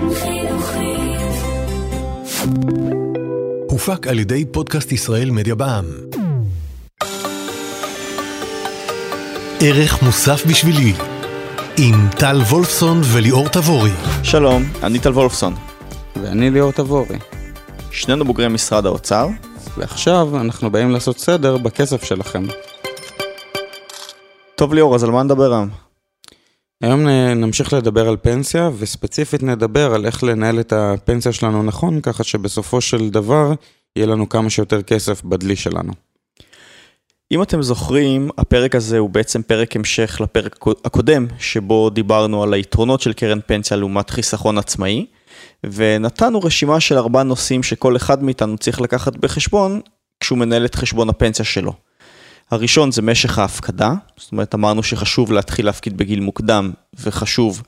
הופק על ידי פודקאסט ישראל מדיה בע"מ. ערך מוסף בשבילי, עם טל וולפסון וליאור תבורי. שלום, אני טל וולפסון. ואני ליאור תבורי. שנינו בוגרי משרד האוצר. ועכשיו אנחנו באים לעשות סדר בכסף שלכם. טוב ליאור, אז על מה נדבר היום? היום נמשיך לדבר על פנסיה, וספציפית נדבר על איך לנהל את הפנסיה שלנו נכון, ככה שבסופו של דבר יהיה לנו כמה שיותר כסף בדלי שלנו. אם אתם זוכרים, הפרק הזה הוא בעצם פרק המשך לפרק הקודם, שבו דיברנו על היתרונות של קרן פנסיה לעומת חיסכון עצמאי, ונתנו רשימה של 4 נושאים שכל אחד מאיתנו צריך לקחת בחשבון, כשהוא מנהל את חשבון הפנסיה שלו. הראשון זה משך ההפקדה, זאת אומרת אמרנו שחשוב להתחיל להפקיד בגיל מוקדם, וחשוב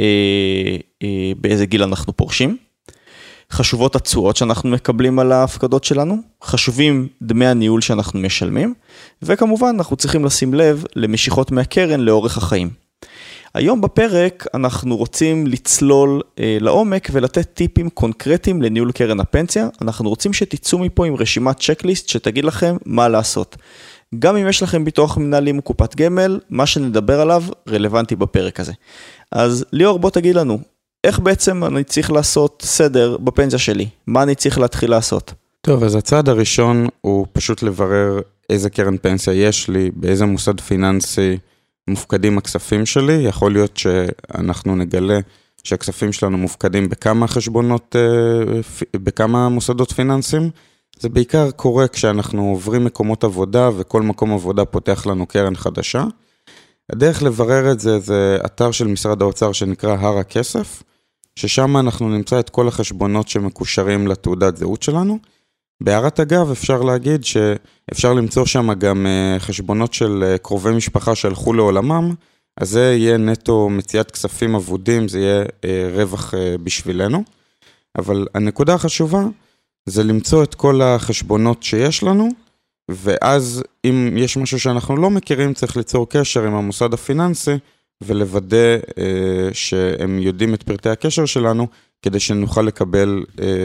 באיזה גיל אנחנו פורשים. חשובות התשואות שאנחנו מקבלים על ההפקדות שלנו, חשובים דמי הניהול שאנחנו משלמים, וכמובן אנחנו צריכים לשים לב למשיכות מהקרן לאורך החיים. היום בפרק אנחנו רוצים לצלול לעומק ולתת טיפים קונקרטיים לניהול קרן הפנסיה. אנחנו רוצים שתצאו מפה עם רשימת צ'קליסט שתגיד לכם מה לעשות. גם אם יש לכם ביטוח מנהלים וקופת גמל, מה שנדבר עליו רלוונטי בפרק הזה. אז ליאור, בוא תגיד לנו, איך בעצם אני צריך לעשות סדר בפנסיה שלי? מה אני צריך להתחיל לעשות? טוב, אז הצעד הראשון הוא פשוט לברר איזה קרן פנסיה יש לי, באיזה מוסד פיננסי מופקדים הכספים שלי. יכול להיות שאנחנו נגלה שהכספים שלנו מופקדים בכמה חשבונות, בכמה מוסדות פיננסיים. זה בעיקר קורה כשאנחנו עוברים מקומות עבודה, וכל מקום עבודה פותח לנו קרן חדשה. הדרך לברר את זה, זה אתר של משרד האוצר שנקרא הר הכסף, ששם אנחנו נמצא את כל החשבונות שמקושרים לתעודת זהות שלנו. בהערת אגב אפשר להגיד שאפשר למצוא שם גם חשבונות של קרובי משפחה שהלכו לעולמם, אז זה יהיה נטו מציאת כספים עבודים, זה יהיה רווח בשבילנו. אבל הנקודה החשובה זה למצוא את כל החשבונות שיש לנו, ואז אם יש משהו שאנחנו לא מכירים, צריך ליצור קשר עם המוסד הפיננסי, ולוודא שהם יודעים את פרטי הקשר שלנו, כדי שנוכל לקבל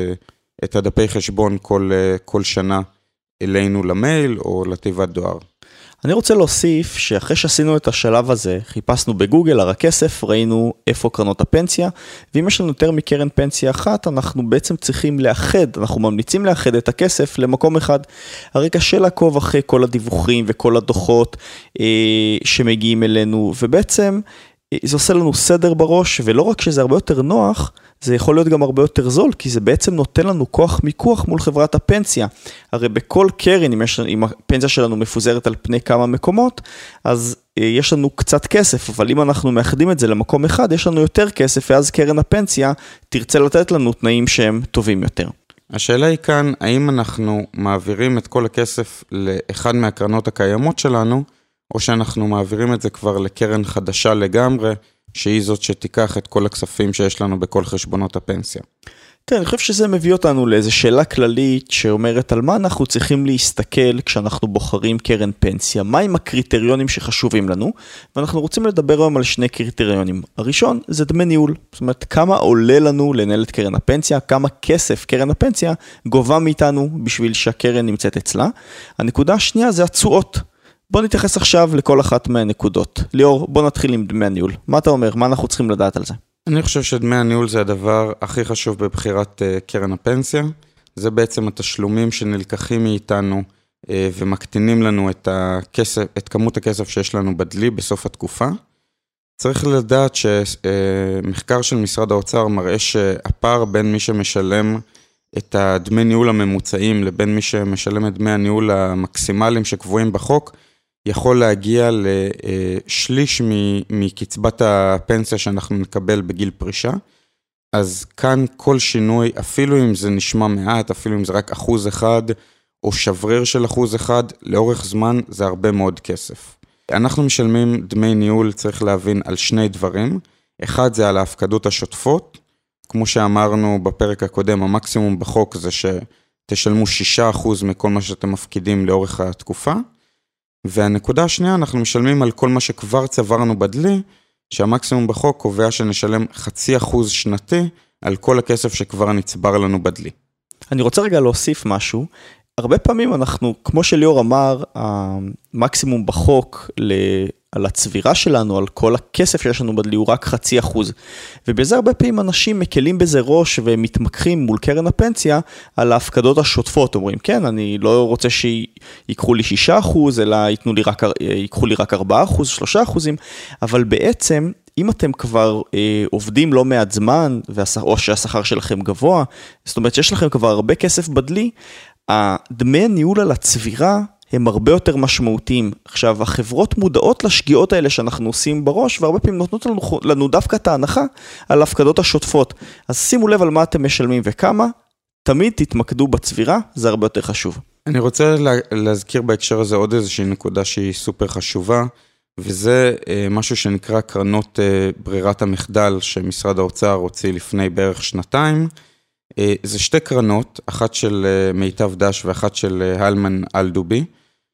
את הדפי חשבון כל שנה אלינו למייל או לתיבת דואר. אני רוצה להוסיף שאחרי שעשינו את השלב הזה, חיפשנו בגוגל הר הכסף, ראינו איפה קרנות הפנסיה, ואם יש לנו יותר מקרן פנסיה אחת, אנחנו בעצם צריכים לאחד, אנחנו ממליצים לאחד את הכסף למקום אחד. הרי קשה לעקוב אחרי כל הדיווחים וכל הדוחות שמגיעים אלינו, ובעצם זה עושה לנו סדר בראש, ולא רק שזה הרבה יותר נוח, זה יכול להיות גם הרבה יותר זול, כי זה בעצם נותן לנו כוח מיקוח מול חברת הפנסיה. הרי בכל קרן, אם הפנסיה שלנו מפוזרת על פני כמה מקומות, אז יש לנו קצת כסף, אבל אם אנחנו מאחדים את זה למקום אחד, יש לנו יותר כסף, ואז קרן הפנסיה תרצה לתת לנו תנאים שהם טובים יותר. השאלה היא כאן, האם אנחנו מעבירים את כל הכסף לאחד מהקרנות הקיימות שלנו, או שאנחנו מעבירים את זה כבר לקרן חדשה לגמרי, שהיא זאת שתיקח את כל הכספים שיש לנו בכל חשבונות הפנסיה. תראה, אני חושב שזה מביא אותנו לאיזו שאלה כללית שאומרת על מה אנחנו צריכים להסתכל כשאנחנו בוחרים קרן פנסיה, מהם הקריטריונים שחשובים לנו, ואנחנו רוצים לדבר היום על 2 קריטריונים. הראשון זה דמי ניהול, זאת אומרת כמה עולה לנו לנהל את קרן הפנסיה, כמה כסף קרן הפנסיה גובה מאיתנו בשביל שהקרן נמצאת אצלה. הנקודה השנייה זה התשואות. בוא נתייחס עכשיו לכל אחת מהנקודות. ליאור, בוא נתחיל עם דמי הניהול. מה אתה אומר? מה אנחנו צריכים לדעת על זה? אני חושב שדמי הניהול זה הדבר הכי חשוב בבחירת קרן הפנסיה. זה בעצם התשלומים שנלקחים מאיתנו ומקטינים לנו את כמות הכסף שיש לנו בדלי בסוף התקופה. צריך לדעת שמחקר של משרד האוצר מראה שהפער בין מי שמשלם את הדמי ניהול הממוצעים לבין מי שמשלם את דמי הניהול המקסימליים שקבועים בחוק, יכול להגיע לשליש מקצבת הפנסיה שאנחנו נקבל בגיל פרישה. אז כאן כל שינוי, אפילו אם זה נשמע מעט, אפילו אם זה רק 1% או שבריר של 1%, לאורך זמן זה הרבה מאוד כסף. אנחנו משלמים דמי ניהול, צריך להבין, על 2 דברים. אחד זה על ההפקדות השוטפות, כמו שאמרנו בפרק הקודם, המקסימום בחוק זה שתשלמו 6% מכל מה שאתם מפקידים לאורך התקופה. והנקודה השנייה, אנחנו משלמים על כל מה שכבר צברנו בדלי, שהמקסימום בחוק קובע שנשלם 0.5% שנתי על כל הכסף שכבר נצבר לנו בדלי. אני רוצה רגע להוסיף משהו. הרבה פעמים אנחנו, כמו שליאור אמר, המקסימום בחוק על הצבירה שלנו, על כל הכסף שיש לנו בדלי, הוא רק 0.5%. ובזה הרבה פעמים אנשים מקלים בזה ראש ומתמקחים מול קרן הפנסיה על ההפקדות השוטפות. אומרים, כן, אני לא רוצה שיקחו לי 6%, אלא ייקחו לי רק 4%, 3%, אבל בעצם, אם אתם כבר עובדים לא מעט זמן, או שהשכר שלכם גבוה, זאת אומרת שיש לכם כבר הרבה כסף בדלי, הדמי ניהול על הצבירה הם הרבה יותר משמעותיים. עכשיו, החברות מודעות לשגיאות האלה שאנחנו עושים בראש, והרבה פעמים נותנות לנו דווקא את ההנחה על ההפקדות השוטפות. אז שימו לב על מה אתם משלמים וכמה, תמיד תתמקדו בצבירה, זה הרבה יותר חשוב. אני רוצה להזכיר בהקשר הזה עוד איזושהי נקודה שהיא סופר חשובה, וזה משהו שנקרא קרנות ברירת המחדל שמשרד האוצר הוציא לפני בערך שנתיים. זה שתי קרנות, אחת של מיטב דש ואחת של הלמן אלדובי,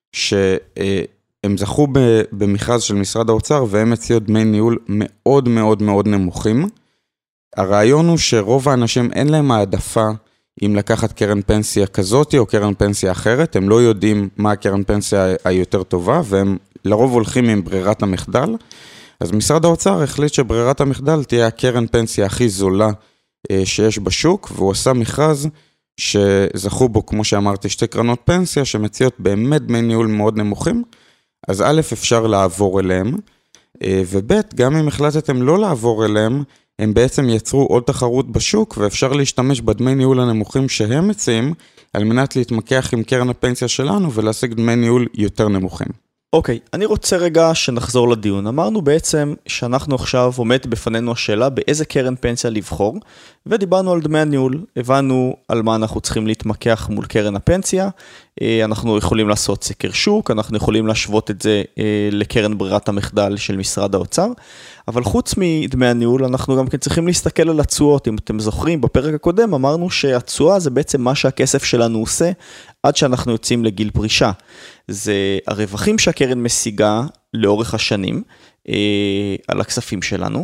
שהם זכו במכרז של משרד האוצר והם הציעו דמי ניהול מאוד מאוד מאוד נמוכים. הרעיון הוא שרוב האנשים אין להם העדפה אם לקחת קרן פנסיה כזאת או קרן פנסיה אחרת, הם לא יודעים מה הקרן פנסיה היותר טובה והם לרוב הולכים עם ברירת המחדל. אז משרד האוצר החליט שברירת המחדל תהיה הקרן פנסיה הכי זולה שיש בשוק, והוא עשה מכרז שזכו בו, כמו שאמרתי, שתי קרנות פנסיה שמציעות באמת דמי ניהול מאוד נמוכים, אז א' אפשר לעבור אליהם, וב' גם אם החלטתם לא לעבור אליהם, הם בעצם יצרו עוד תחרות בשוק, ואפשר להשתמש בדמי ניהול הנמוכים שהם מציעים, על מנת להתמקח עם קרן הפנסיה שלנו, ולהשיג דמי ניהול יותר נמוכים. אוקיי, אני רוצה רגע שנחזור לדיון. אמרנו בעצם שאנחנו עכשיו עומד בפנינו השאלה באיזה קרן פנסיה לבחור, ודיברנו על דמי הניהול, הבנו על מה אנחנו צריכים להתמקח מול קרן הפנסיה, אנחנו יכולים לעשות סקר שוק, אנחנו יכולים להשוות את זה לקרן ברירת המחדל של משרד האוצר, אבל חוץ מדמי הניהול אנחנו גם כן צריכים להסתכל על התשואות. אם אתם זוכרים, בפרק הקודם אמרנו שהתשואה זה בעצם מה שהכסף שלנו עושה עד שאנחנו יוצאים לגיל פרישה. זה הרווחים שהקרן משיגה לאורך השנים על הכספים שלנו,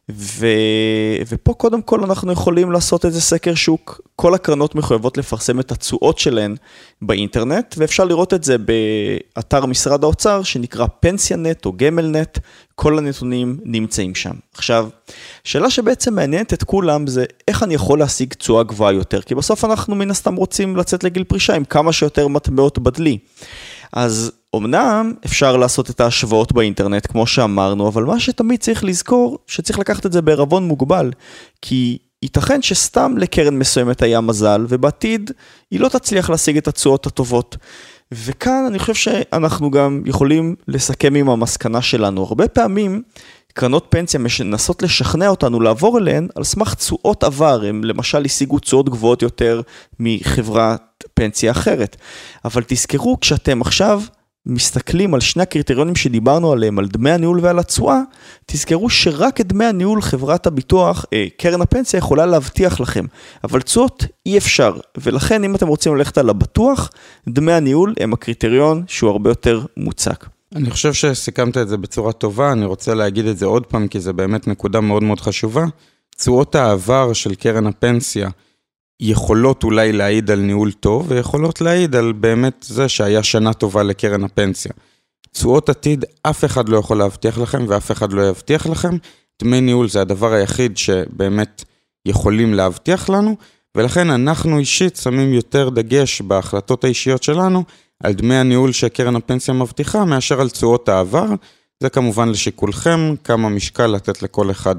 ופה קודם כל אנחנו יכולים לעשות איזה סקר שוק. כל הקרנות מחויבות לפרסם את התשואות שלהן באינטרנט, ואפשר לראות את זה באתר משרד האוצר שנקרא פנסיונט או גמלנט, כל הנתונים נמצאים שם. עכשיו, שאלה שבעצם מעניינת את כולם זה איך אני יכול להשיג תשואה גבוהה יותר, כי בסוף אנחנו מן הסתם רוצים לצאת לגיל פרישה עם כמה שיותר מטבעות בדלי. אז אמנם אפשר לעשות את ההשוואות באינטרנט כמו שאמרנו, אבל מה שתמיד צריך לזכור שצריך לקחת את זה בערבון מוגבל, כי ייתכן שסתם לקרן מסוימת היה מזל, ובעתיד היא לא תצליח להשיג את התשואות הטובות. וכאן אני חושב שאנחנו גם יכולים לסכם עם המסקנה שלנו. הרבה פעמים קרנות פנסיה מנסות לשכנע אותנו לעבור אליהן על סמך תשואות עבר, הם למשל השיגו תשואות גבוהות יותר מחברת פנסיה אחרת. אבל תזכרו, כשאתם עכשיו מסתכלים על שני הקריטריונים שדיברנו עליהם, על דמי הניהול ועל התשואה, תזכרו שרק את דמי הניהול חברת הביטוח, קרן הפנסיה יכולה להבטיח לכם, אבל תשואות אי אפשר, ולכן אם אתם רוצים ללכת על הבטוח, דמי הניהול הם הקריטריון שהוא הרבה יותר מוצק. אני חושב שסיכמת את זה בצורה טובה, אני רוצה להגיד את זה עוד פעם, כי זה באמת נקודה מאוד מאוד חשובה. תשואות העבר של קרן הפנסיה יכולות אולי להעיד על ניהול טוב, ויכולות להעיד על באמת זה שהיה שנה טובה לקרן הפנסיה. תשואות עתיד אף אחד לא יכול להבטיח לכם, ואף אחד לא יבטיח לכם. דמי ניהול זה הדבר היחיד שבאמת יכולים להבטיח לנו, ולכן אנחנו אישית שמים יותר דגש בהחלטות האישיות שלנו, על דמי הניהול שקרן הפנסיה מבטיחה, מאשר על תשואות העבר. זה כמובן לשיקולכם, כמה משקל לתת לכל אחד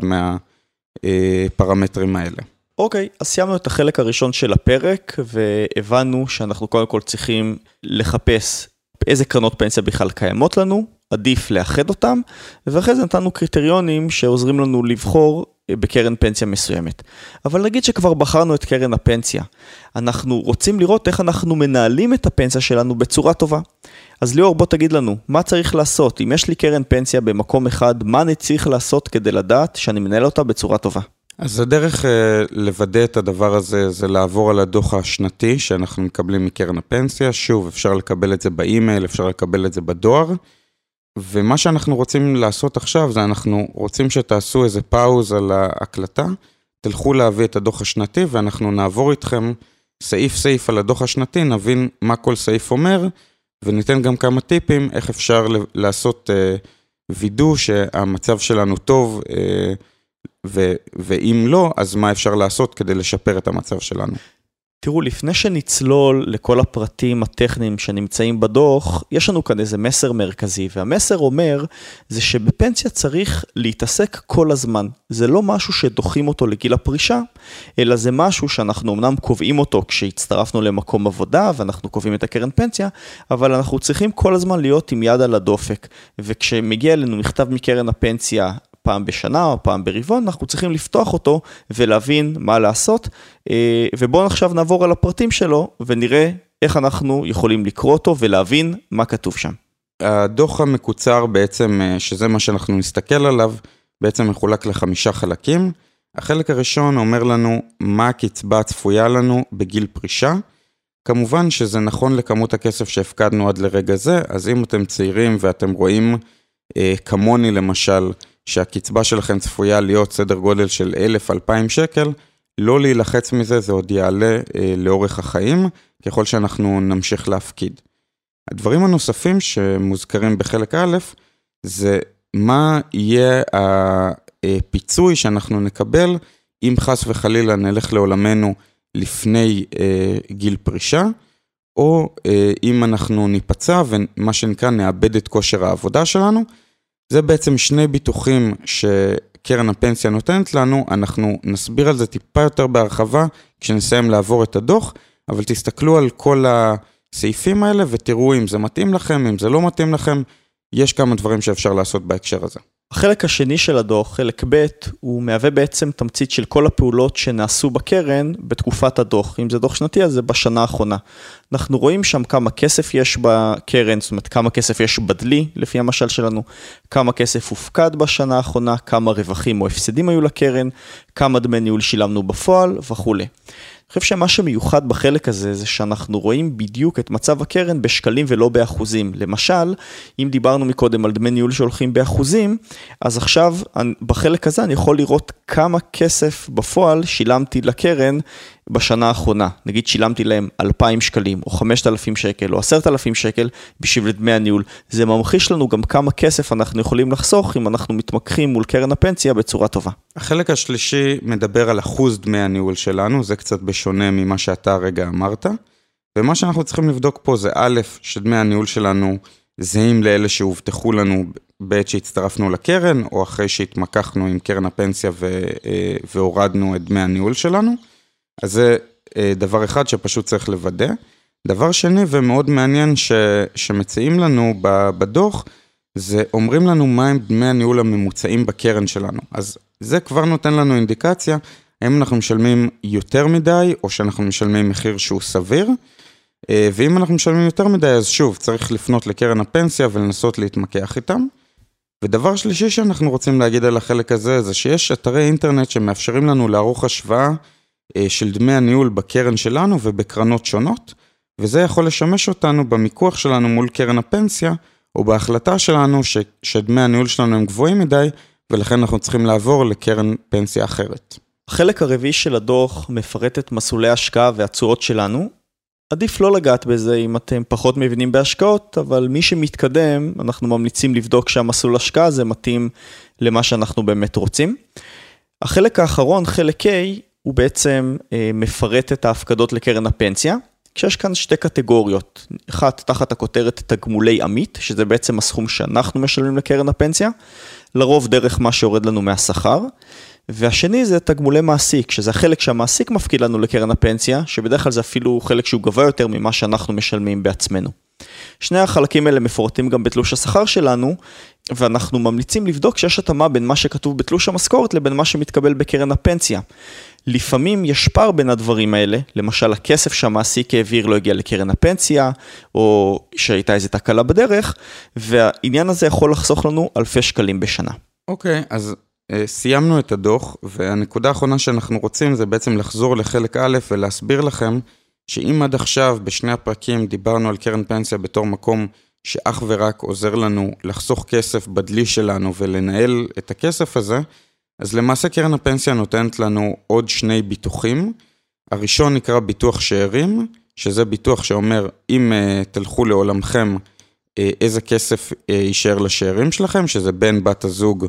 מהפרמטרים האלה. אוקיי, אז סיימנו את החלק הראשון של הפרק, והבנו שאנחנו קודם כל צריכים לחפש איזה קרנות פנסיה בכלל קיימות לנו, עדיף לאחד אותם, ואחרי זה נתנו קריטריונים שעוזרים לנו לבחור בקרן פנסיה מסוימת. אבל נגיד שכבר בחרנו את קרן הפנסיה, אנחנו רוצים לראות איך אנחנו מנהלים את הפנסיה שלנו בצורה טובה. אז ליאור, בוא תגיד לנו, מה צריך לעשות? אם יש לי קרן פנסיה במקום אחד, מה אני צריך לעשות כדי לדעת שאני מנהל אותה בצורה טובה? אז הדרך לוודא את הדבר הזה, זה לעבור על הדוח השנתי שאנחנו מקבלים מקרן הפנסיה. שוב, אפשר לקבל את זה באימייל, אפשר לקבל את זה בדואר. ומה שאנחנו רוצים לעשות עכשיו, זה אנחנו רוצים שתעשו איזה פאוז על ההקלטה, תלכו להביא את הדוח השנתי, ואנחנו נעבור איתכם סעיף סעיף על הדוח השנתי, נבין מה כל סעיף אומר, וניתן גם כמה טיפים, איך אפשר לעשות וידוא שהמצב שלנו טוב, ואם לא, אז מה אפשר לעשות כדי לשפר את המצב שלנו. תראו, לפני שנצלול לכל הפרטים הטכניים שנמצאים בדוח, יש לנו כאן איזה מסר מרכזי, והמסר אומר, זה שבפנסיה צריך להתעסק כל הזמן. זה לא משהו שדוחים אותו לגיל הפרישה, אלא זה משהו שאנחנו אמנם קובעים אותו כשהצטרפנו למקום עבודה, ואנחנו קובעים את הקרן פנסיה, אבל אנחנו צריכים כל הזמן להיות עם יד על הדופק, וכשמגיע אלינו מכתב מקרן הפנסיה, פעם בשנה או פעם ברבעון, אנחנו צריכים לפתוח אותו ולהבין מה לעשות, ובואו עכשיו נעבור על הפרטים שלו, ונראה איך אנחנו יכולים לקרוא אותו ולהבין מה כתוב שם. הדוח המקוצר בעצם, שזה מה שאנחנו נסתכל עליו, בעצם מחולק ל5 חלקים. החלק הראשון אומר לנו מה הקצבה הצפויה לנו בגיל פרישה. כמובן שזה נכון לכמות הכסף שהפקדנו עד לרגע זה, אז אם אתם צעירים ואתם רואים כמוני למשל, שהקצבה שלכם צפויה להיות סדר גודל של 1,000-2,000 שקל, לא להילחץ מזה, זה עוד יעלה לאורך החיים, ככל שאנחנו נמשיך להפקיד. הדברים הנוספים שמוזכרים בחלק א', זה מה יהיה הפיצוי שאנחנו נקבל, אם חס וחלילה נלך לעולמנו לפני גיל פרישה, או אם אנחנו ניפצע ומה שנקרא נאבד את כושר העבודה שלנו, זה בעצם 2 ביטוחים שקרן הפנסיה נותנת לנו, אנחנו נסביר על זה טיפה יותר בהרחבה כשנסיים לעבור את הדוח, אבל תסתכלו על כל הסעיפים האלה ותראו אם זה מתאים לכם, אם זה לא מתאים לכם, יש כמה דברים שאפשר לעשות בהקשר הזה. החלק השני של הדוח, חלק ב', הוא מהווה בעצם תמצית של כל הפעולות שנעשו בקרן בתקופת הדוח. אם זה דוח שנתי, אז זה בשנה האחרונה. אנחנו רואים שם כמה כסף יש בקרן, זאת אומרת כמה כסף יש בדלי, לפי המשל שלנו, כמה כסף הופקד בשנה האחרונה, כמה רווחים או הפסדים היו לקרן, כמה דמי ניהול שילמנו בפועל וכו'. אני חושב שמה שמיוחד בחלק הזה זה שאנחנו רואים בדיוק את מצב הקרן בשקלים ולא באחוזים. למשל, אם דיברנו מקודם על דמי ניהול שהולכים באחוזים, אז עכשיו בחלק הזה אני יכול לראות כמה כסף בפועל שילמתי לקרן בשנה האחרונה. נגיד שילמתי להם 2,000 שקלים או 5,000 שקל או 10,000 שקל בשביל דמי הניהול. זה ממחיש לנו גם כמה כסף אנחנו יכולים לחסוך אם אנחנו מתמקחים מול קרן הפנסיה בצורה טובה. החלק השלישי מדבר על אחוז דמי הניהול שלנו, זה קצת בשונה ממה שאתה הרגע אמרת, ומה שאנחנו צריכים לבדוק פה זה א', שדמי הניהול שלנו זהים לאלה שהובטחו לנו בעת שהצטרפנו לקרן, או אחרי שהתמקחנו עם קרן הפנסיה והורדנו את דמי הניהול שלנו, אז זה דבר אחד שפשוט צריך לוודא. דבר שני ומאוד מעניין שמציעים לנו בדוח, זה אומרים לנו מהם דמי הניהול הממוצעים בקרן שלנו. אז זה כבר נותן לנו אינדיקציה, האם אנחנו משלמים יותר מדי, או שאנחנו משלמים מחיר שהוא סביר, ואם אנחנו משלמים יותר מדי, אז שוב, צריך לפנות לקרן הפנסיה ולנסות להתמקח איתם. ודבר שלישי שאנחנו רוצים להגיד על החלק הזה, זה שיש אתרי אינטרנט שמאפשרים לנו לערוך השוואה של דמי הניהול בקרן שלנו ובקרנות שונות, וזה יכול לשמש אותנו במיקוח שלנו מול קרן הפנסיה, או בהחלטה שלנו שדמי הניהול שלנו הם גבוהים מדי, ולכן אנחנו צריכים לעבור לקרן פנסיה אחרת. החלק הרביעי של הדוח מפרט את מסלולי ההשקעה והתשואות שלנו. עדיף לא לגעת בזה אם אתם פחות מבינים בהשקעות, אבל מי שמתקדם, אנחנו ממליצים לבדוק שהמסלול השקעה הזה מתאים למה שאנחנו באמת רוצים. החלק האחרון, חלק A, הוא בעצם מפרט את ההפקדות לקרן הפנסיה, כשיש כאן 2 קטגוריות. אחת תחת הכותרת תגמולי עמית, שזה בעצם הסכום שאנחנו משלמים לקרן הפנסיה, לרוב דרך מה שיורד לנו מהשכר, והשני זה תגמולי מעסיק, שזה החלק שהמעסיק מפקיד לנו לקרן הפנסיה, שבדרך כלל זה אפילו חלק שהוא גבוה יותר ממה שאנחנו משלמים בעצמנו. שני החלקים האלה מפורטים גם בתלוש השכר שלנו, ואנחנו ממליצים לבדוק שיש התאמה בין מה שכתוב בתלוש המשכורת לבין מה שמתקבל בקרן הפנסיה. לפעמים יש פער בין הדברים האלה, למשל הכסף שהמעסיק העביר לא הגיע לקרן הפנסיה, או שהייתה איזו תקלה בדרך, והעניין הזה יכול לחסוך לנו אלפי שקלים בשנה. אוקיי, אז סיימנו את הדוח, והנקודה האחרונה שאנחנו רוצים זה בעצם לחזור לחלק א' ולהסביר לכם, שאם עד עכשיו בשני הפרקים דיברנו על קרן פנסיה בתור מקום שאך ורק עוזר לנו לחסוך כסף בדלי שלנו ולנהל את הכסף הזה, אז למעשה קרן הפנסיה נותנת לנו עוד 2 ביטוחים. הראשון נקרא ביטוח שאירים, שזה ביטוח שאומר, אם תלכו לעולמכם, איזה כסף יישאר לשאירים שלכם, שזה בן בת הזוג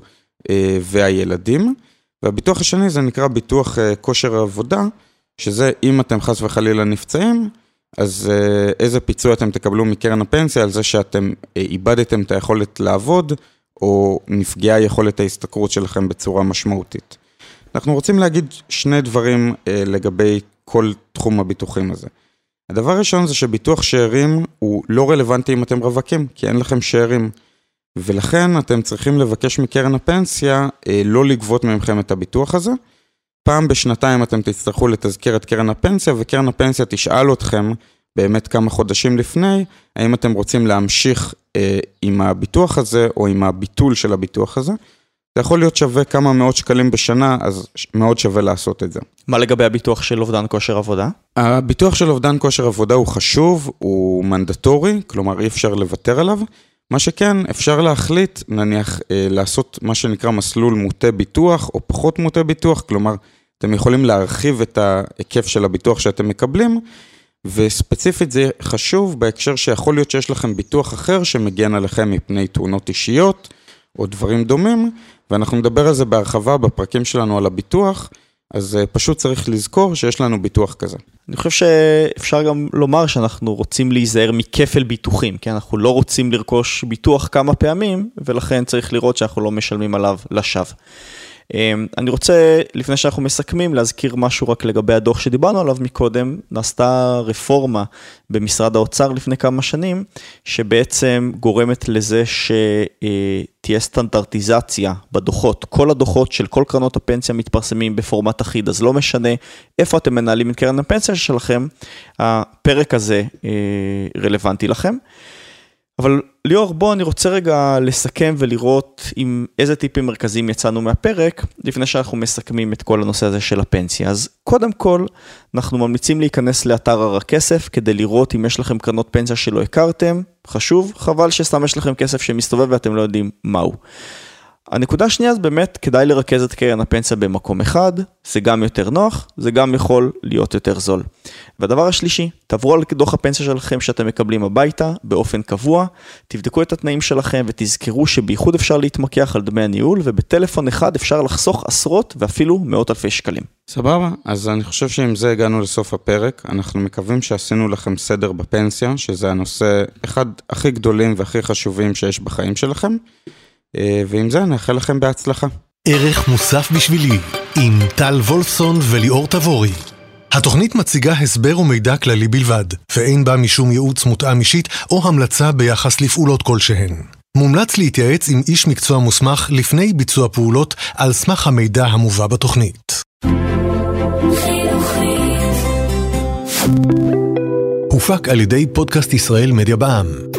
והילדים. והביטוח השני זה נקרא ביטוח כושר העבודה, שזה אם אתם חס וחלילה נפצעים, אז איזה פיצוי אתם תקבלו מקרן הפנסיה על זה שאתם איבדתם את היכולת לעבוד, או נפגעה יכולת ההסתכרות שלכם בצורה משמעותית. אנחנו רוצים להגיד 2 דברים לגבי כל תחום הביטוחים הזה. הדבר הראשון זה שביטוח שאירים הוא לא רלוונטי אם אתם רווקים, כי אין לכם שאירים. ולכן אתם צריכים לבקש מקרן הפנסיה לא לגבות ממכם את הביטוח הזה. פעם בשנתיים אתם תצטרכו לתזכר את קרן הפנסיה, וקרן הפנסיה תשאל אתכם באמת כמה חודשים לפני, האם אתם רוצים להמשיך עם הביטוח הזה, או עם הביטול של הביטוח הזה. זה יכול להיות שווה כמה מאות שקלים בשנה, אז מאוד שווה לעשות את זה. מה לגבי הביטוח של אובדן כושר עבודה? הביטוח של אובדן כושר עבודה הוא חשוב, הוא מנדטורי, כלומר אי אפשר לוותר עליו. מה שכן, אפשר להחליט, נניח, לעשות מה שנקרא מסלול מוטה ביטוח, או פחות מוטה ביטוח, כלומר, אתם יכולים להרחיב את ההיקף של הביטוח שאתם מקבלים, וספציפית זה חשוב בהקשר שיכול להיות שיש לכם ביטוח אחר שמגן עליכם מפני תאונות אישיות, או דברים דומים, ואנחנו נדבר על זה בהרחבה בפרקים שלנו על הביטוח, אז פשוט צריך לזכור שיש לנו ביטוח כזה. אני חושב שאפשר גם לומר שאנחנו רוצים להיזהר מכפל ביטוחים, כי אנחנו לא רוצים לרכוש ביטוח כמה פעמים, ולכן צריך לראות שאנחנו לא משלמים עליו לשווא. אני רוצה, לפני שאנחנו מסכמים, להזכיר משהו רק לגבי הדוח שדיברנו עליו מקודם. נעשתה רפורמה במשרד האוצר לפני כמה שנים, שבעצם גורמת לזה שתהיה סטנדרטיזציה בדוחות. כל הדוחות של כל קרנות הפנסיה מתפרסמים בפורמט אחיד, אז לא משנה איפה אתם מנהלים את קרן הפנסיה שלכם, הפרק הזה רלוונטי לכם. אבל ליאור, בוא אני רוצה רגע לסכם ולראות עם איזה טיפים מרכזיים יצאנו מהפרק, לפני שאנחנו מסכמים את כל הנושא הזה של הפנסיה. אז קודם כל, אנחנו ממליצים להיכנס לאתר הר הכסף, כדי לראות אם יש לכם קרנות פנסיה שלא הכרתם. חשוב, חבל שסתם יש לכם כסף שמסתובב ואתם לא יודעים מהו. הנקודה השנייה, אז באמת כדאי לרכז את קרן הפנסיה במקום אחד, זה גם יותר נוח, זה גם יכול להיות יותר זול. והדבר השלישי, תעברו על דוח הפנסיה שלכם שאתם מקבלים הביתה באופן קבוע, תבדקו את התנאים שלכם ותזכרו שבייחוד אפשר להתמקח על דמי הניהול, ובטלפון אחד אפשר לחסוך עשרות ואפילו מאות אלפי שקלים. סבבה, אז אני חושב שעם זה הגענו לסוף הפרק, אנחנו מקווים שעשינו לכם סדר בפנסיה, שזה הנושא אחד הכי גדולים והכי חשובים שיש בחיים שלכם. ועם זה נאחל לכם בהצלחה. ערך מוסף בשבילי, עם טל וולפסון וליאור תבורי. התוכנית מציגה הסבר ומידע כללי בלבד, ואין בה משום ייעוץ מותאם אישית או המלצה ביחס לפעולות כלשהן. מומלץ להתייעץ עם איש מקצוע מוסמך לפני ביצוע פעולות על סמך המידע המובא בתוכנית. הופק על ידי פודקאסט ישראל מדיה בע"מ.